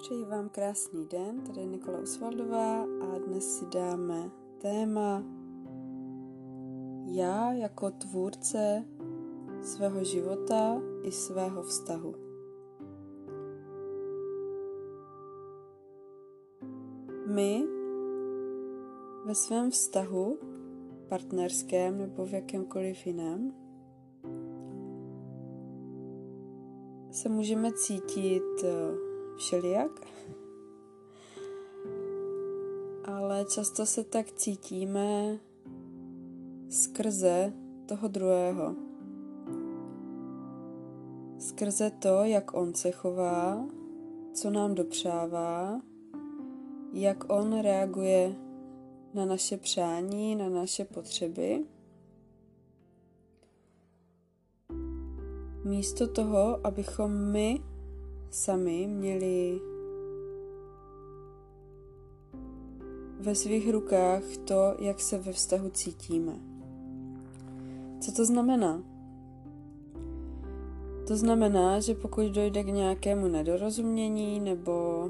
Přeji vám krásný den, tady je Nikola Usvaldová a dnes si dáme téma já jako tvůrce svého života i svého vztahu. My ve svém vztahu, partnerském nebo v jakémkoliv jiném, se můžeme cítit všelijak, ale často se tak cítíme skrze toho druhého. Skrze to, jak on se chová, co nám dopřává, jak on reaguje na naše přání, na naše potřeby. Místo toho, abychom my sami měli ve svých rukách to, jak se ve vztahu cítíme. Co to znamená? To znamená, že pokud dojde k nějakému nedorozumění nebo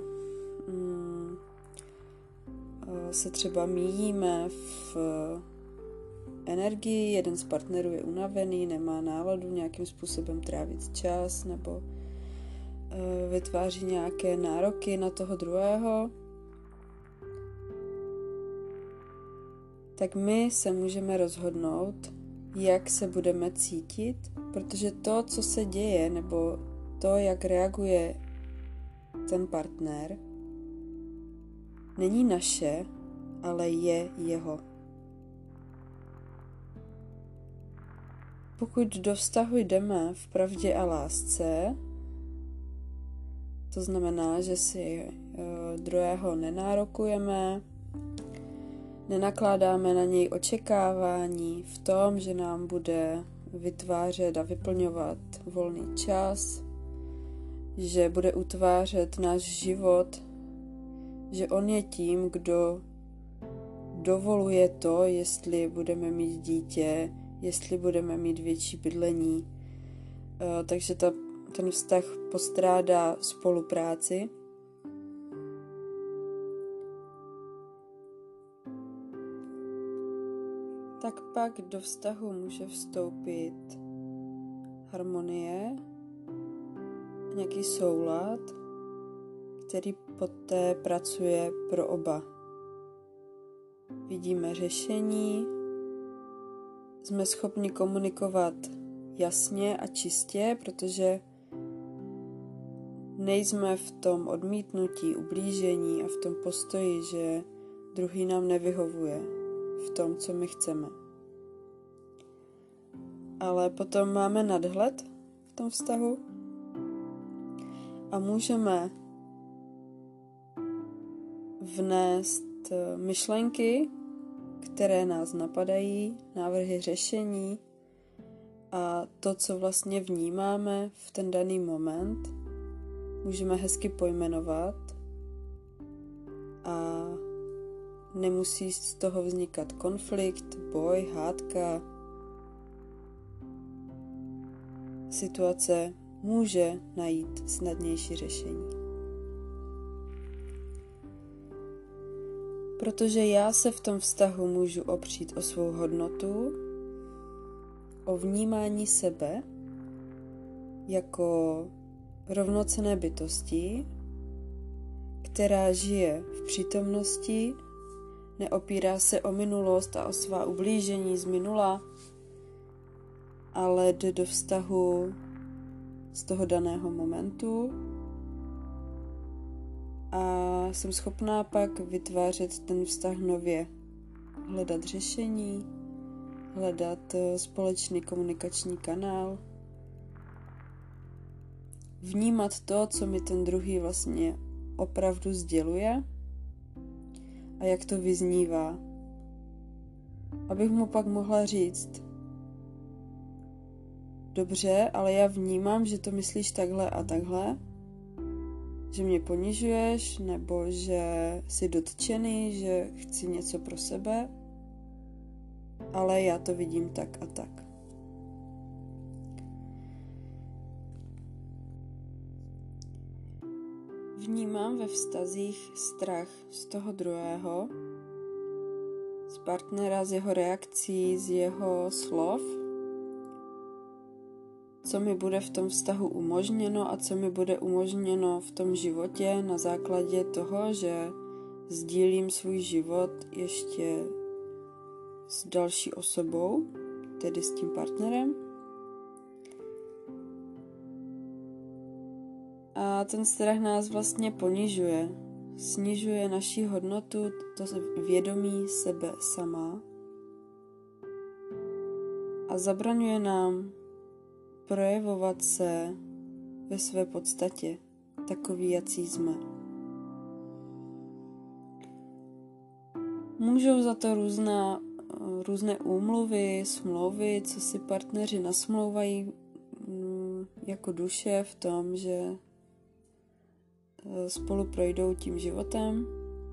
se třeba míjíme v energii, jeden z partnerů je unavený, nemá náladu nějakým způsobem trávit čas nebo vytváří nějaké nároky na toho druhého, tak my se můžeme rozhodnout, jak se budeme cítit, protože to, co se děje, nebo to, jak reaguje ten partner, není naše, ale je jeho. Pokud do vztahu jdeme v pravdě a lásce, to znamená, že si druhého nenárokujeme, nenakládáme na něj očekávání v tom, že nám bude vytvářet a vyplňovat volný čas, že bude utvářet náš život, že on je tím, kdo dovoluje to, jestli budeme mít dítě, jestli budeme mít větší bydlení. Takže ten vztah postrádá spolupráci. Tak pak do vztahu může vstoupit harmonie, nějaký soulad, který poté pracuje pro oba. Vidíme řešení, jsme schopni komunikovat jasně a čistě, protože nejsme v tom odmítnutí, ublížení a v tom postoji, že druhý nám nevyhovuje v tom, co my chceme. Ale potom máme nadhled v tom vztahu a můžeme vnést myšlenky, které nás napadají, návrhy řešení a to, co vlastně vnímáme v ten daný moment, můžeme hezky pojmenovat a nemusí z toho vznikat konflikt, boj, hádka. Situace může najít snadnější řešení. Protože já se v tom vztahu můžu opřít o svou hodnotu, o vnímání sebe jako rovnocenné bytosti, která žije v přítomnosti, neopírá se o minulost a o svá ublížení z minula, ale jde do vztahu z toho daného momentu a jsem schopná pak vytvářet ten vztah nově, hledat řešení, hledat společný komunikační kanál, vnímat to, co mi ten druhý vlastně opravdu sděluje a jak to vyznívá. Abych mu pak mohla říct, dobře, ale já vnímám, že to myslíš takhle a takhle, že mě ponižuješ, nebo že jsi dotčený, že chci něco pro sebe, ale já to vidím tak a tak. vnímám ve vztazích strach z toho druhého, z partnera, z jeho reakcí, z jeho slov, co mi bude v tom vztahu umožněno a co mi bude umožněno v tom životě na základě toho, že sdílím svůj život ještě s další osobou, tedy s tím partnerem. A ten strach nás vlastně ponižuje, snižuje naši hodnotu, to vědomí sebe sama a zabraňuje nám projevovat se ve své podstatě, takový, jací jsme. Můžou za to různé úmluvy, smlouvy, co si partneři nasmlouvají jako duše v tom, že spolu projdou tím životem.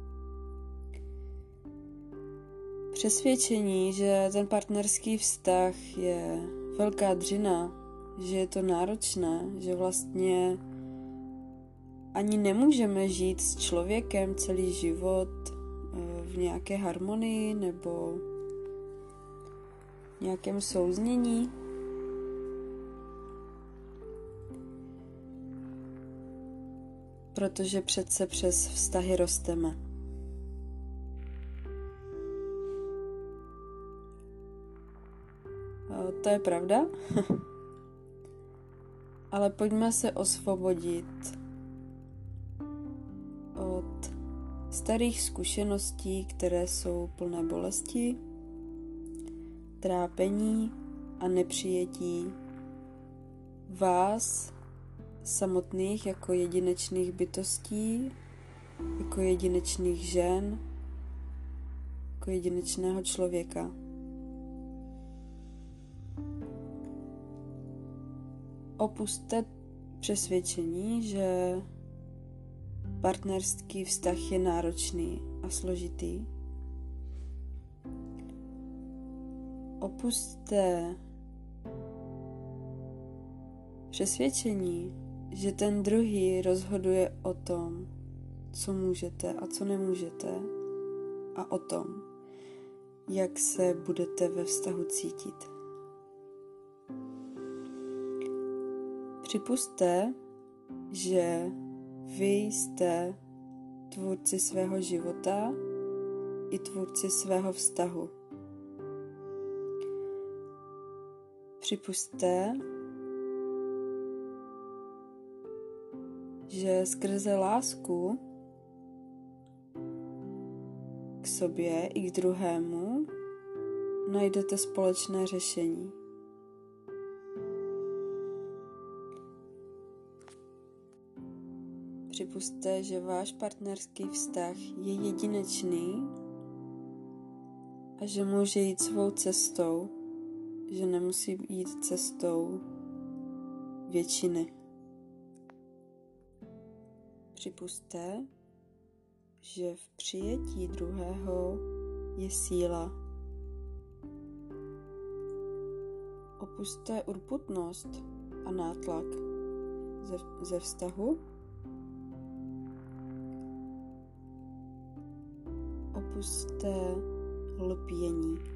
Přesvědčení, že ten partnerský vztah je velká dřina, že je to náročné, že vlastně ani nemůžeme žít s člověkem celý život v nějaké harmonii nebo nějakém souznění. Protože přece přes vztahy rosteme. To je pravda. Ale pojďme se osvobodit od starých zkušeností, které jsou plné bolesti, trápení a nepřijetí vás samotných jako jedinečných bytostí, jako jedinečných žen, jako jedinečného člověka. Opusťte přesvědčení, že partnerský vztah je náročný a složitý. Opusťte přesvědčení, že ten druhý rozhoduje o tom, co můžete a co nemůžete, a o tom, jak se budete ve vztahu cítit. Připusťte, že vy jste tvůrci svého života i tvůrci svého vztahu. Připusťte, že skrze lásku k sobě i k druhému najdete společné řešení. Připusťte, že váš partnerský vztah je jedinečný a že může jít svou cestou, že nemusí jít cestou většiny. Připusťte, že v přijetí druhého je síla. Opusťte urputnost a nátlak ze vztahu. Opusťte lpění.